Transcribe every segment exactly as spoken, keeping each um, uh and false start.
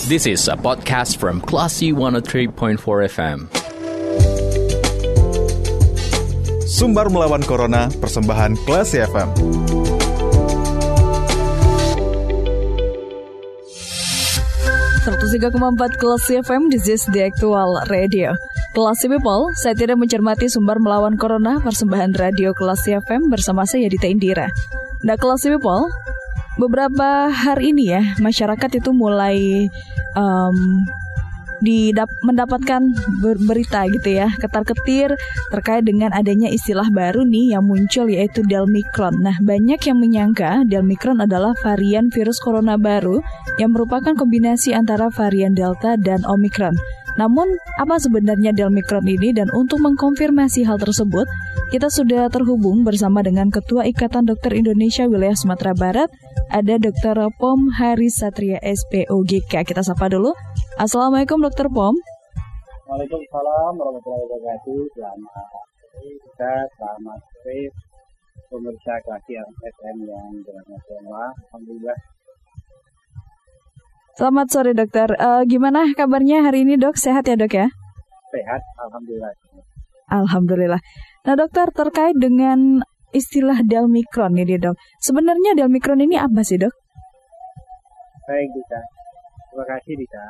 This is a podcast from Classy one oh three point four F M. Sumbar melawan Corona, persembahan Classy F M. seratus tiga koma empat Classy F M, this is the actual radio. Classy People, saya tidak mencermati Sumbar melawan Corona, persembahan radio Classy F M bersama saya Dita Indira. Nah, Classy People, beberapa hari ini ya, masyarakat itu mulai um, didap- mendapatkan ber- berita gitu ya, ketar-ketir terkait dengan adanya istilah baru nih yang muncul, yaitu Delmicron. Nah, banyak yang menyangka Delmicron adalah varian virus corona baru yang merupakan kombinasi antara varian Delta dan Omicron. Namun, apa sebenarnya Delmicron ini? Dan untuk mengkonfirmasi hal tersebut, kita sudah terhubung bersama dengan Ketua Ikatan Dokter Indonesia Wilayah Sumatera Barat, ada Dokter Pom Haris Satria S P O G K. Kita sapa dulu. Assalamualaikum Dokter Pom. Waalaikumsalam warahmatullahi wabarakatuh. Selamat sore kita, selamat sore pemirsa Classy F M yang bermanfaat. Alhamdulillah. Selamat sore dokter. Uh, gimana kabarnya hari ini dok? Sehat ya dok ya? Sehat, alhamdulillah. Alhamdulillah. Nah dokter, terkait dengan istilah Delmicron ini dok, sebenarnya Delmicron ini apa sih dok? Baik Dita, terima kasih Dita.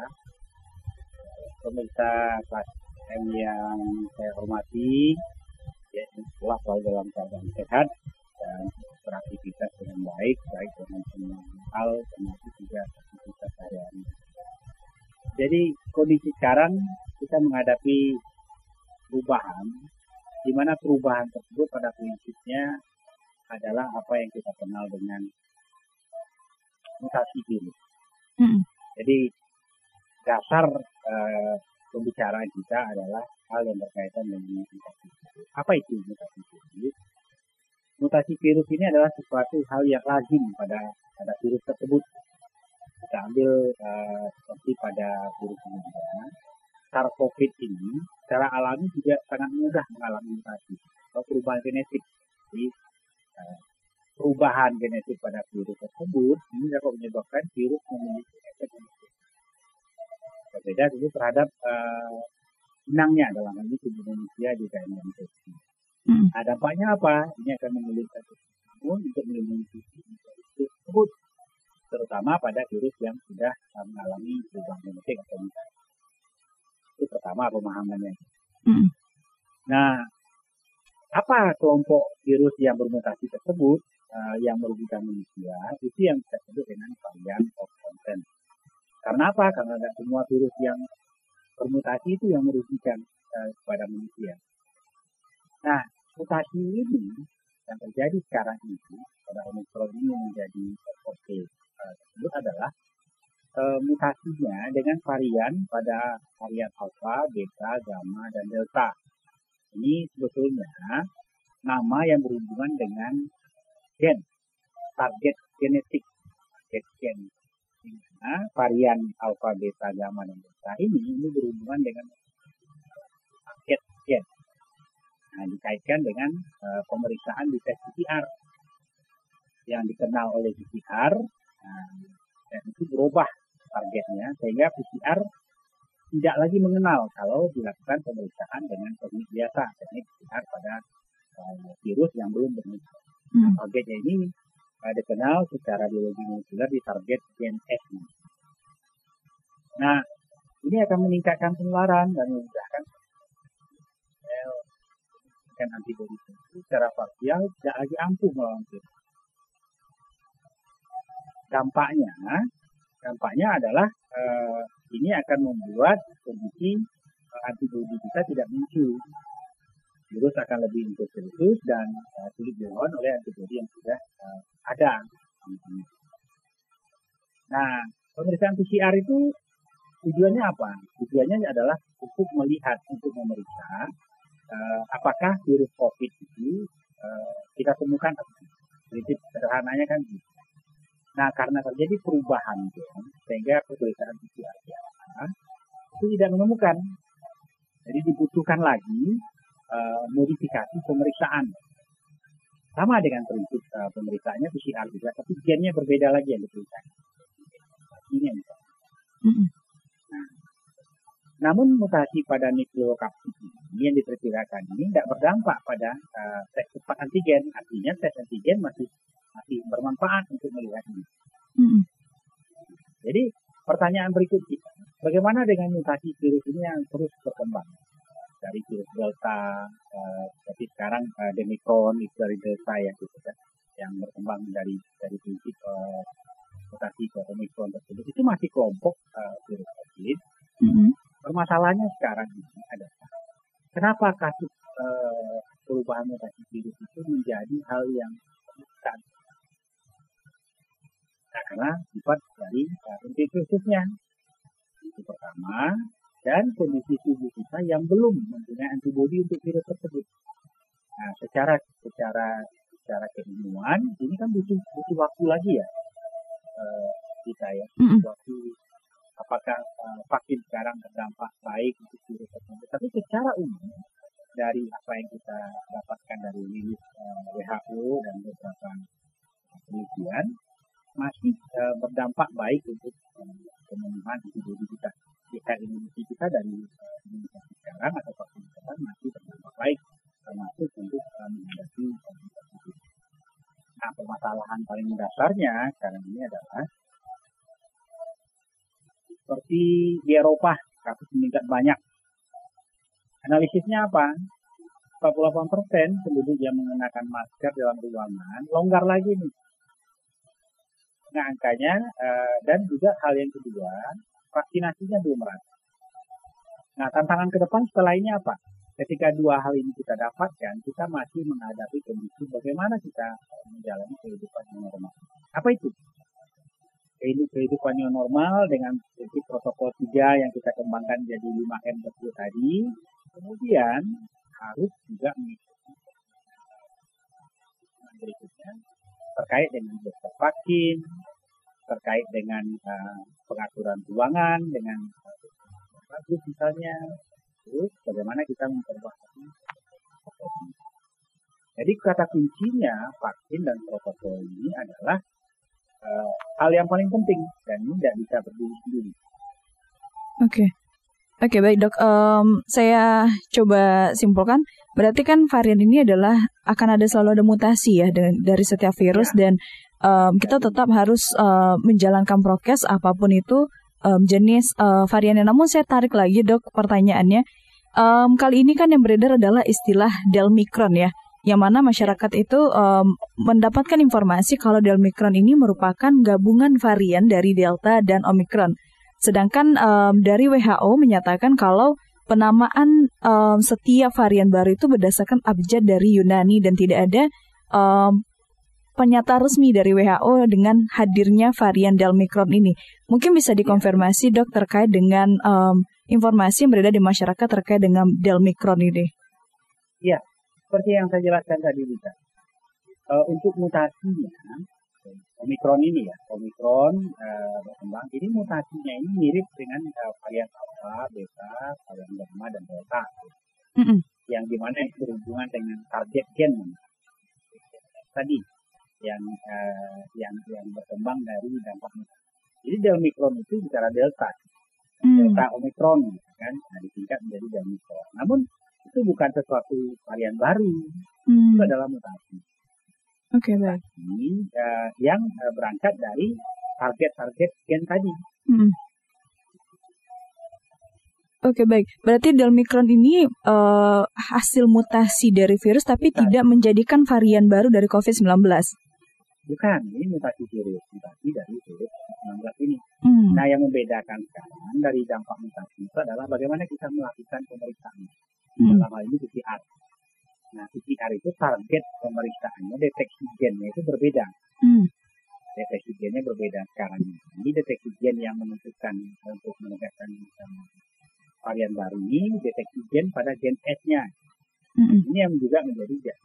Pemirsa Classy F M yang saya hormati, ya, setelah selalu dalam keadaan sehat dan beraktivitas dengan baik, baik dengan semua hal, termasuk juga aktivitas sehari-hari. Jadi kondisi sekarang kita menghadapi perubahan, di mana perubahan tersebut pada prinsipnya adalah apa yang kita kenal dengan mutasi virus. Hmm. Jadi dasar uh, pembicaraan kita adalah hal yang berkaitan dengan mutasi virus. Apa itu mutasi virus? Mutasi virus ini adalah sesuatu hal yang lazim pada pada virus tersebut. Kita ambil uh, seperti pada virus sebelumnya, SARS-CoV ini secara alami juga sangat mudah mengalami mutasi atau perubahan genetik. Jadi uh, perubahan genetik pada virus tersebut ini dapat menyebabkan virus memiliki efek genetik berbeda itu terhadap uh, inangnya, dalam hal ini tubuh manusia juga yang terinfeksi. Hmm. Nah, dampaknya apa? Ini akan memulihkan tubuh untuk melindungi tubuh tersebut, terutama pada virus yang sudah mengalami perubahan genetik atau mutasi. Itu pertama pemahamannya. Hmm. Nah, apa kelompok virus yang bermutasi tersebut uh, yang merugikan manusia? Itu yang kita sebut dengan varian of concern. Karena apa? Karena tidak semua virus yang bermutasi itu yang merugikan uh, kepada manusia. Nah, mutasi ini yang terjadi sekarang ini pada Omicron ini menjadi oke uh, tersebut adalah uh, mutasinya dengan varian pada varian alfa, beta, gamma, dan delta. Ini sebetulnya nama yang berhubungan dengan gen, target genetik, target gen. Nah, varian alfa, beta, gamma, dan delta ini, ini berhubungan dengan target gen. Nah, dikaitkan dengan uh, pemeriksaan di tes P C R yang dikenal oleh P C R, nah, dan itu berubah targetnya sehingga P C R tidak lagi mengenal kalau dilakukan pemeriksaan dengan teknik biasa, teknik P C R pada uh, virus yang belum bermutation. Hmm. Targetnya ini uh, dikenal secara biologi molekuler di target gen S. Nah, ini akan meningkatkan penularan dan memudahkan kan antibodi itu secara parsial tidak lagi ampuh melawan virus. Dampaknya, dampaknya adalah uh, ini akan membuat kondisi uh, antibodi kita tidak muncul. Virus akan lebih infeksius dan uh, sulit dilawan oleh antibodi yang sudah uh, ada. Nah, pemeriksaan P C R itu tujuannya apa? Tujuannya adalah untuk melihat, untuk memeriksa Uh, apakah virus COVID itu uh, kita temukan prinsip sederhananya kan gitu. Nah, karena terjadi perubahan gen, sehingga pemeriksaan P C R itu tidak menemukan. Jadi dibutuhkan lagi uh, modifikasi pemeriksaan. Sama dengan prinsip uh, pemeriksaannya P C R juga, tapi gennya berbeda lagi yang diperiksa. Ini yang Namun mutasi pada nukleokapsid ini yang diperkirakan ini tidak berdampak pada uh, tes cepat antigen. Artinya tes antigen masih masih bermanfaat untuk melihat ini. Mm-hmm. Jadi pertanyaan berikut kita, bagaimana dengan mutasi virus ini yang terus berkembang? Dari virus Delta, uh, seperti sekarang uh, Omicron itu dari Delta ya, gitu kan, yang berkembang dari dari prinsip uh, mutasi ke Omicron tersebut, itu masih kelompok uh, virus COVID. Mm-hmm. Permasalahannya sekarang ini adalah kenapa kasus uh, perubahan mutasi virus itu menjadi hal yang bukan. Nah, karena sifat dari uh, infeksiusnya itu pertama, dan kondisi tubuh kita yang belum mempunyai antibodi untuk virus tersebut. Nah, secara secara secara keilmuan ini kan butuh butuh waktu lagi ya, uh, kita ya, Mm-hmm. waktu apakah uh, vaksin sekarang terdampak baik untuk virus tersebut. Tapi secara umum dari apa yang kita dapatkan dari rilis uh, W H O dan beberapa penelitian masih uh, berdampak baik untuk uh, pemenuhan antibodi kita. Jika imunitas kita dari uh, imunisasi sekarang atau vaksin sekarang masih berdampak baik, termasuk untuk uh, menghadapi COVID. Nah, permasalahan paling dasarnya sekarang ini adalah seperti di Eropa, kasus meningkat banyak. Analisisnya apa? empat puluh delapan persen penduduk yang mengenakan masker dalam ruangan longgar lagi nih. Nah, angkanya, uh, dan juga hal yang kedua, vaksinasinya belum merata. Nah, tantangan ke depan setelah ini apa? Ketika dua hal ini kita dapatkan, kita masih menghadapi kondisi bagaimana kita menjalani kehidupan yang normal. Apa itu? Kehidupan yang normal dengan prinsip protokol tiga yang kita kembangkan jadi lima M tersebut tadi, kemudian harus juga mengikuti berikutnya terkait dengan booster vaksin, terkait dengan uh, pengaturan ruangan, dengan bagus uh, misalnya, terus bagaimana kita memperbaiki protokol. Jadi kata kuncinya vaksin dan protokol ini adalah uh, hal yang paling penting dan ini tidak bisa berdiri sendiri. Oke. Okay. Oke, okay, baik dok. Um, saya coba simpulkan. Berarti kan varian ini adalah akan ada selalu ada mutasi ya dari setiap virus ya. Dan um, kita tetap harus uh, menjalankan prokes apapun itu um, jenis uh, variannya. Namun saya tarik lagi dok pertanyaannya. Um, kali ini kan yang beredar adalah istilah Delmicron ya. Yang mana masyarakat itu um, mendapatkan informasi kalau Delmicron ini merupakan gabungan varian dari Delta dan Omicron. Sedangkan um, dari W H O menyatakan kalau penamaan um, setiap varian baru itu berdasarkan abjad dari Yunani dan tidak ada um, pernyataan resmi dari W H O dengan hadirnya varian Delmicron ini. Mungkin bisa dikonfirmasi dok terkait dengan um, informasi yang beredar di masyarakat terkait dengan Delmicron ini. Iya, seperti yang saya jelaskan tadi Lita. Uh, untuk mutasinya Omicron ini ya, Omicron uh, berkembang. Ini mutasinya ini mirip dengan uh, varian Alpha, Beta, varian Gamma dan Delta. Mm-hmm. Yang dimana itu berhubungan dengan target gen tadi, yang uh, yang yang berkembang dari dampak mutasi. Jadi Delmicron itu bicara Delta, mm. Delta Omicron, kan? Nah, disingkat menjadi Delmicron. Namun itu bukan sesuatu varian baru, mm. itu adalah mutasi. Oke, okay, baik. Ini uh, yang uh, berangkat dari target-target gen tadi. Hmm. Oke, okay, baik. Berarti Delmicron ini uh, hasil mutasi dari virus tapi Bukan. tidak menjadikan varian baru dari covid sembilan belas. Bukan, ini mutasi virus, mutasi dari virus covid sembilan belas ini. Hmm. Nah, yang membedakan sekarang dari dampak mutasi itu adalah bagaimana kita melakukan pemeriksaan. Hmm. Dalam hal ini P C R. Nah, P C R itu target pemeriksaannya, deteksi gennya itu berbeda. Hmm. Deteksi gennya berbeda sekarang. Ini deteksi gen yang menentukan untuk menegakkan um, varian baru ini, deteksi gen pada gen S-nya. Hmm. Ini yang juga menjadi gen.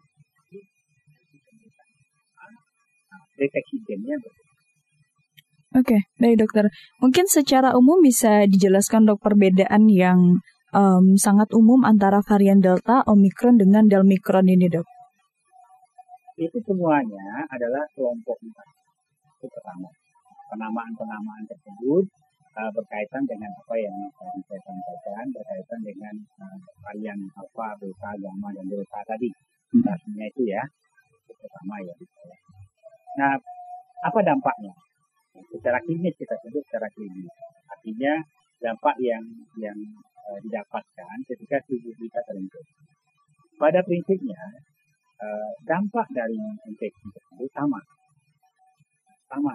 Nah, deteksi gennya berbeda. Oke, okay, baik dokter. Mungkin secara umum bisa dijelaskan dok perbedaan yang Um, sangat umum antara varian Delta, Omicron dengan Delmicron ini dok? Itu semuanya adalah kelompok mutasi. Itu pertama. Penamaan-penamaan tersebut uh, berkaitan dengan apa yang tadi saya sampaikan, berkaitan dengan uh, varian alfa, beta, gamma, dan delta tadi. Mutasinya itu ya, itu pertama ya. Nah, apa dampaknya? Secara klinis kita sebut secara klinis. Artinya dampak yang yang uh, didapatkan ketika tubuh kita terinfeksi. Pada prinsipnya, uh, dampak dari infeksi tersebut sama. Sama.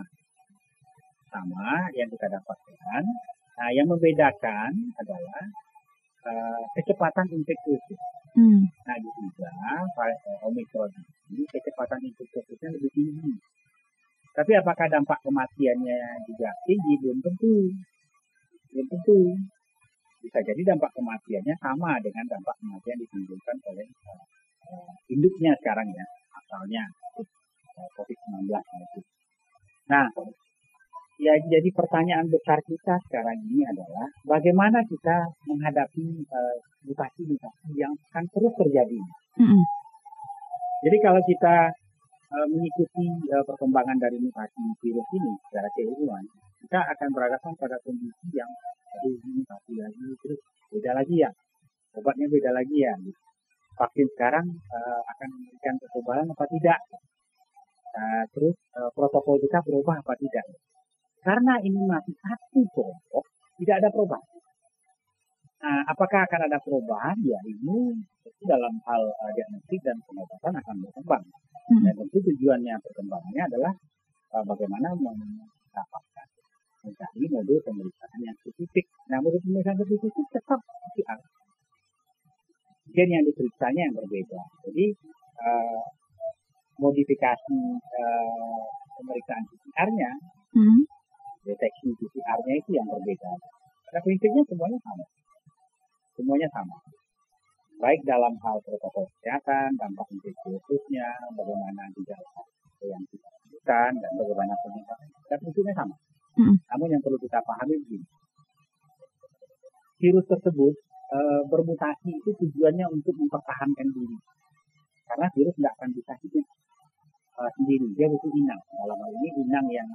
Sama yang kita dapatkan. Nah, yang membedakan adalah uh, kecepatan infeksi. Hmm. Nah, juga Omikron ini kecepatan infeksinya lebih tinggi. Tapi apakah dampak kematiannya juga tinggi? Belum tentu. Belum tentu. Bisa jadi dampak kematiannya sama dengan dampak kematian ditimbulkan oleh uh, induknya sekarang ya, asalnya uh, covid sembilan belas itu. Nah, ya jadi pertanyaan besar kita sekarang ini adalah bagaimana kita menghadapi uh, mutasi-mutasi yang akan terus terjadi. Mm-hmm. Jadi kalau kita uh, mengikuti uh, perkembangan dari mutasi virus ini secara keilmuan, kita akan berhadapan pada kondisi yang aduh, mutasi lagi, terus beda lagi ya, obatnya beda lagi ya. Vaksin sekarang uh, akan memberikan kekebalan apa tidak? Uh, terus uh, protokol kita berubah apa tidak? Karena ini masih satu kelompok, tidak ada perubahan. Nah, apakah akan ada perubahan? Ya, ini dalam hal uh, diagnostik dan pengobatan akan berkembang. Hmm. Dan tentu tujuannya perkembangannya adalah uh, bagaimana mendapatkan mencari modul pemeriksaan yang spesifik. Nah, modul pemeriksaan spesifik tetap P C R. Gen yang diperiksanya yang berbeda. Jadi, uh, modifikasi uh, pemeriksaan P C R-nya, hmm. deteksi P C R-nya itu yang berbeda. Pada prinsipnya semuanya sama. Semuanya sama. Baik dalam hal protokol kesehatan, dampak infeksiusnya, bagaimana gejala yang kita lakukan, dan bagaimana penyebabnya. Pada prinsipnya sama. Hmm. Namun yang perlu kita pahami begini. Virus tersebut e, bermutasi itu tujuannya untuk mempertahankan diri. Karena virus tidak akan bisa hidup e, sendiri. Dia butuh inang. Dalam hal ini inang yang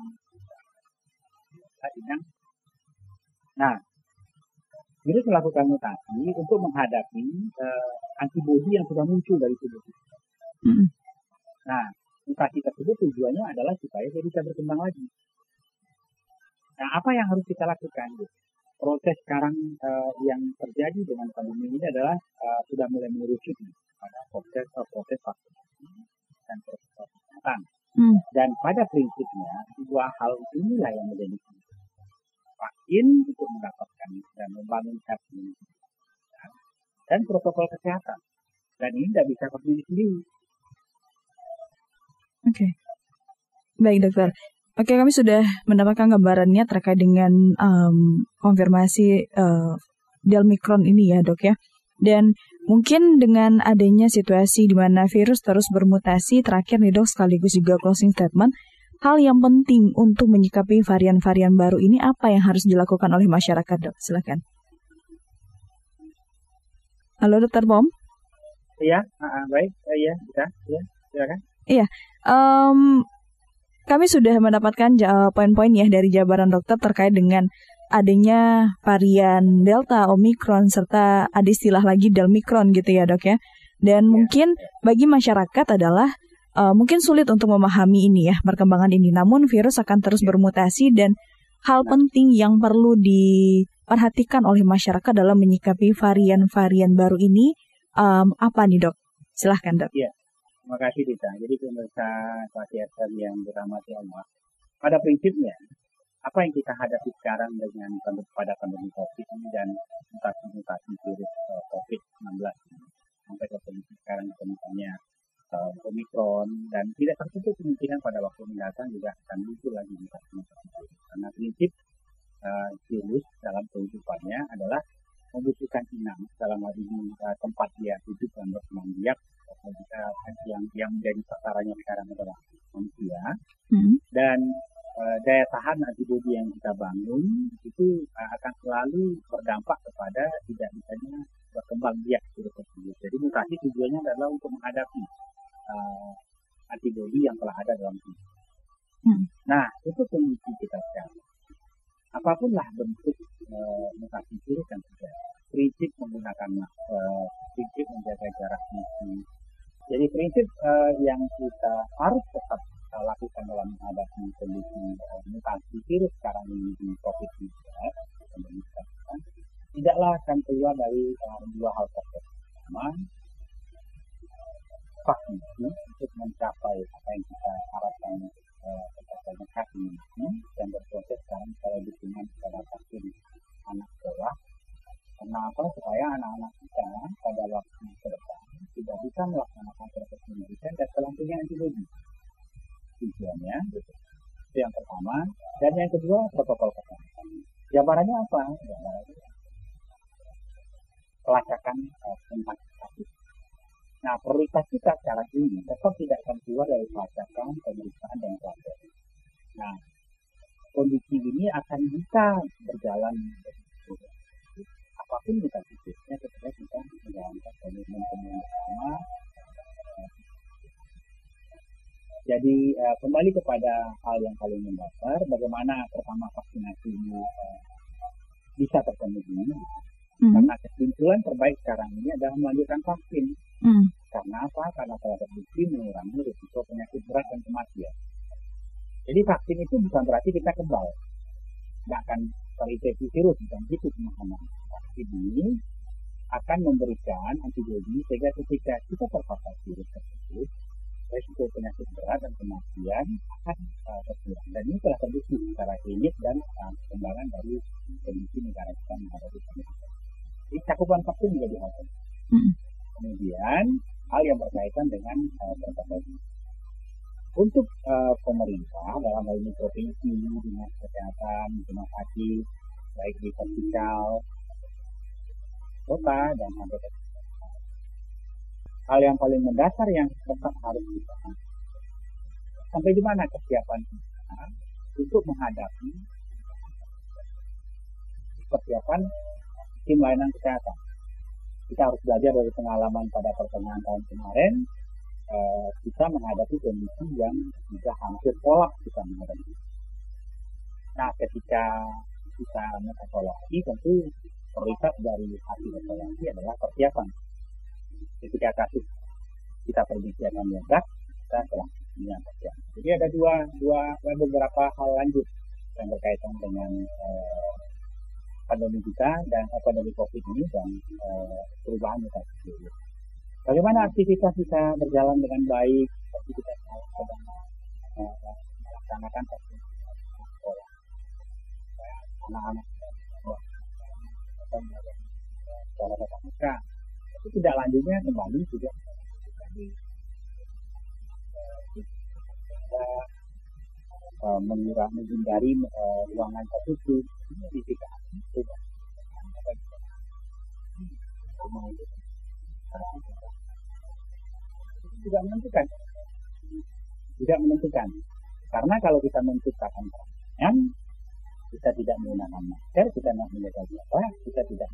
inang. Nah, virus melakukan mutasi untuk menghadapi uh, antibodi yang sudah muncul dari tubuh kita. Mm. Nah, mutasi tersebut tujuannya adalah supaya dia bisa berkembang lagi. Nah, apa yang harus kita lakukan? Proses sekarang uh, yang terjadi dengan pandemi ini adalah uh, sudah mulai mengerucut pada proses uh, proses vaksinasi dan proses kesehatan. Mm. Dan pada prinsipnya dua hal inilah yang menjadi vaksin untuk mendapatkan dan membangun imunitas dan protokol kesehatan. Dan ini tidak bisa berdiri sendiri. Oke, okay. Baik dokter. Oke, okay, kami sudah mendapatkan gambarannya terkait dengan um, konfirmasi uh, Delmicron ini ya dok ya. Dan mungkin dengan adanya situasi di mana virus terus bermutasi, terakhir nih dok sekaligus juga closing statement. Hal yang penting untuk menyikapi varian-varian baru ini apa yang harus dilakukan oleh masyarakat, dok? Silakan. Halo, dokter Pom. Iya, uh, baik. Uh, iya, bisa. Iya, silakan. Iya, um, kami sudah mendapatkan uh, poin-poin ya dari jabaran dokter terkait dengan adanya varian Delta, Omikron, serta ada istilah lagi Delmicron gitu ya, dok ya. Dan ya, mungkin bagi masyarakat adalah Uh, mungkin sulit untuk memahami ini ya, perkembangan ini. Namun virus akan terus bermutasi dan hal penting yang perlu diperhatikan oleh masyarakat dalam menyikapi varian-varian baru ini um, apa nih dok? Silahkan dok. Iya, terima kasih Dita. Jadi pemirsa pasien yang dirahmati Allah, pada prinsipnya apa yang kita hadapi sekarang dengan pada pandemi COVID ini dan mutasi-mutasi virus uh, covid sembilan belas sampai ke kondisi sekarang misalnya Uh, Omikron dan tidak tertutup kemungkinan pada waktu mendatang juga akan muncul lagi mutasi-mutasi virus. Karena prinsip uh, virus dalam kehidupannya adalah membutuhkan inang dalam hal ini uh, tempat dia hidup dan berkembang biak. Jika yang yang menjadi sasarannya sekarang adalah manusia hmm. dan uh, daya tahan antibodi yang kita bangun itu uh, akan selalu berdampak kepada tidak bisanya berkembang biak virus tersebut. Jadi mutasi tujuannya adalah untuk menghadapi Uh, antibodi yang telah ada dalam tubuh. Hmm. Nah, itu kondisi kita sekarang. apapun lah bentuk e, mutasi virus yang ada, prinsip menggunakan masker, prinsip menjaga jarak fisik. Jadi prinsip e, yang kita harus tetap e, lakukan dalam menghadapi kondisi e, mutasi virus sekarang ini di covid sembilan belas, tidaklah akan keluar dari e, dua hal tersebut. Pertama, vaksinasi untuk mencapai apa yang kita harapkan tercapai saat ini dan berproses sekarang pada dukungan kepada vaksin anak sekolah. Kenapa? Supaya anak-anak kita pada waktu ke depan tidak bisa melaksanakan proses pendidikan dan selanjutnya antibodi. Tujuannya itu yang pertama, dan yang kedua protokol kesehatan. Gambarannya apa? Pelacakan uh, tempat kasus. Nah, prioritas kita sekarang ini tetap tidak akan keluar dari pelacakan, pemeriksaan, dan pelacakan. Nah, kondisi ini akan bisa berjalan apapun kita pikirnya ketika kita menjalankan komitmen komitmen bersama. Jadi uh, kembali kepada hal yang paling mendasar, bagaimana pertama vaksinasi ini uh, bisa terpenuhi. Mm-hmm. Karena kesimpulan terbaik sekarang ini adalah melanjutkan vaksin. Mm. Karena apa? Karena telah terbukti mengurangi risiko penyakit berat dan kematian. Jadi vaksin itu bukan berarti kita kebal, nggak akan terinfeksi virus, bukan itu pemahaman. Vaksin ini akan memberikan antibodi sehingga ketika kita terpapar virus tersebut, risiko penyakit berat dan kematian akan uh, berkurang. Dan ini telah terbukti secara klinis dan uh, perkembangan dari kondisi negara kita menghadapi pandemi. Jadi cakupan vaksin menjadi hal penting. Mm. Kemudian hal yang berkaitan dengan uh, protokol. Untuk uh, pemerintah dalam hal ini provinsi, dinas kesehatan, rumah sakit, baik di vertikal, kota dan sampai ke hal yang paling mendasar yang tetap harus kita sampai di mana kesiapan kita untuk menghadapi persiapan tim layanan kesehatan. Kita harus belajar dari pengalaman pada pertengahan tahun kemarin, eh, kita menghadapi kondisi yang sudah hampir kolaps kita menghadapi. Nah, ketika kita mengevaluasi, tentu prioritas dari hasil evaluasi adalah persiapan. Ketika kasus kita prediksi akan meledak, kita telah punya persiapan. Jadi ada dua, dua beberapa hal lanjut yang berkaitan dengan eh, pandemi kita dan pandemi COVID ini dan uh, perubahan mutasi. Bagaimana aktivitas kita berjalan dengan baik? Aktivitas kita sedang uh, melaksanakan sekolah. Anak-anak sekolah tatap muka. Itu tidak lanjutnya kembali juga tadi uh, mengurangi menghindari uh, ruangan tertutup. Ini tidak tidak tidak menentukan tidak menentukan karena kalau kita menentukan pertanyaan kita tidak menggunakan masker, kita tidak menjaga jarak, kita tidak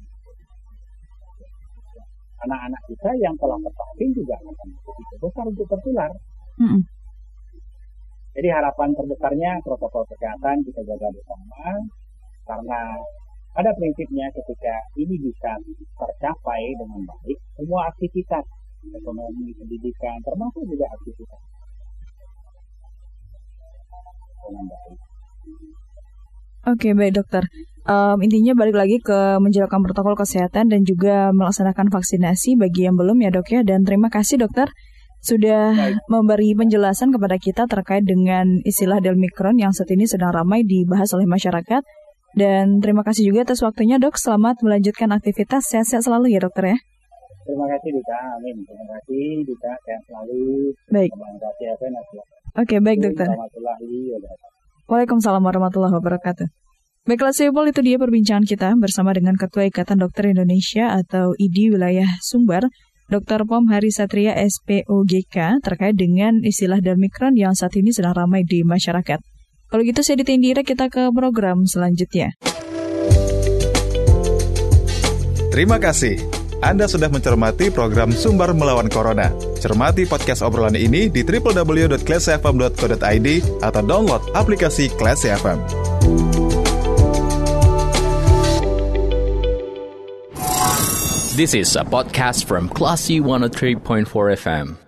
anak-anak kita yang telah tervaksin juga akan begitu besar untuk tertular. Mm-hmm. Jadi harapan terbesarnya protokol kesehatan kita jaga bersama. Karena pada prinsipnya ketika ini bisa tercapai dengan baik, semua aktivitas ekonomi, pendidikan, termasuk juga aktivitas dengan baik. Oke, baik dokter. Um, intinya balik lagi ke menjalankan protokol kesehatan dan juga melaksanakan vaksinasi bagi yang belum ya dok ya. Dan terima kasih dokter sudah baik. Memberi penjelasan kepada kita terkait dengan istilah Delmikron yang saat ini sedang ramai dibahas oleh masyarakat. Dan terima kasih juga atas waktunya dok. Selamat melanjutkan aktivitas. Sehat-sehat selalu ya dokter ya. Terima kasih Dita. Amin. Terima kasih Dita. Sehat selalu. Baik. Oke, baik dokter. Waalaikumsalam warahmatullahi wabarakatuh. Baiklah Sipol, itu dia perbincangan kita bersama dengan Ketua Ikatan Dokter Indonesia atau I D I Wilayah Sumbar, Dokter Pom Hari Satria S P O G K terkait dengan istilah Delmikron yang saat ini sedang ramai di masyarakat. Kalau gitu saya Dita Indira, kita ke program selanjutnya. Terima kasih. Anda sudah mencermati program Sumbar Melawan Corona. Cermati podcast obrolan ini di w w w dot classy f m dot co dot i d atau download aplikasi Classy F M. This is a podcast from Classy one oh three point four F M.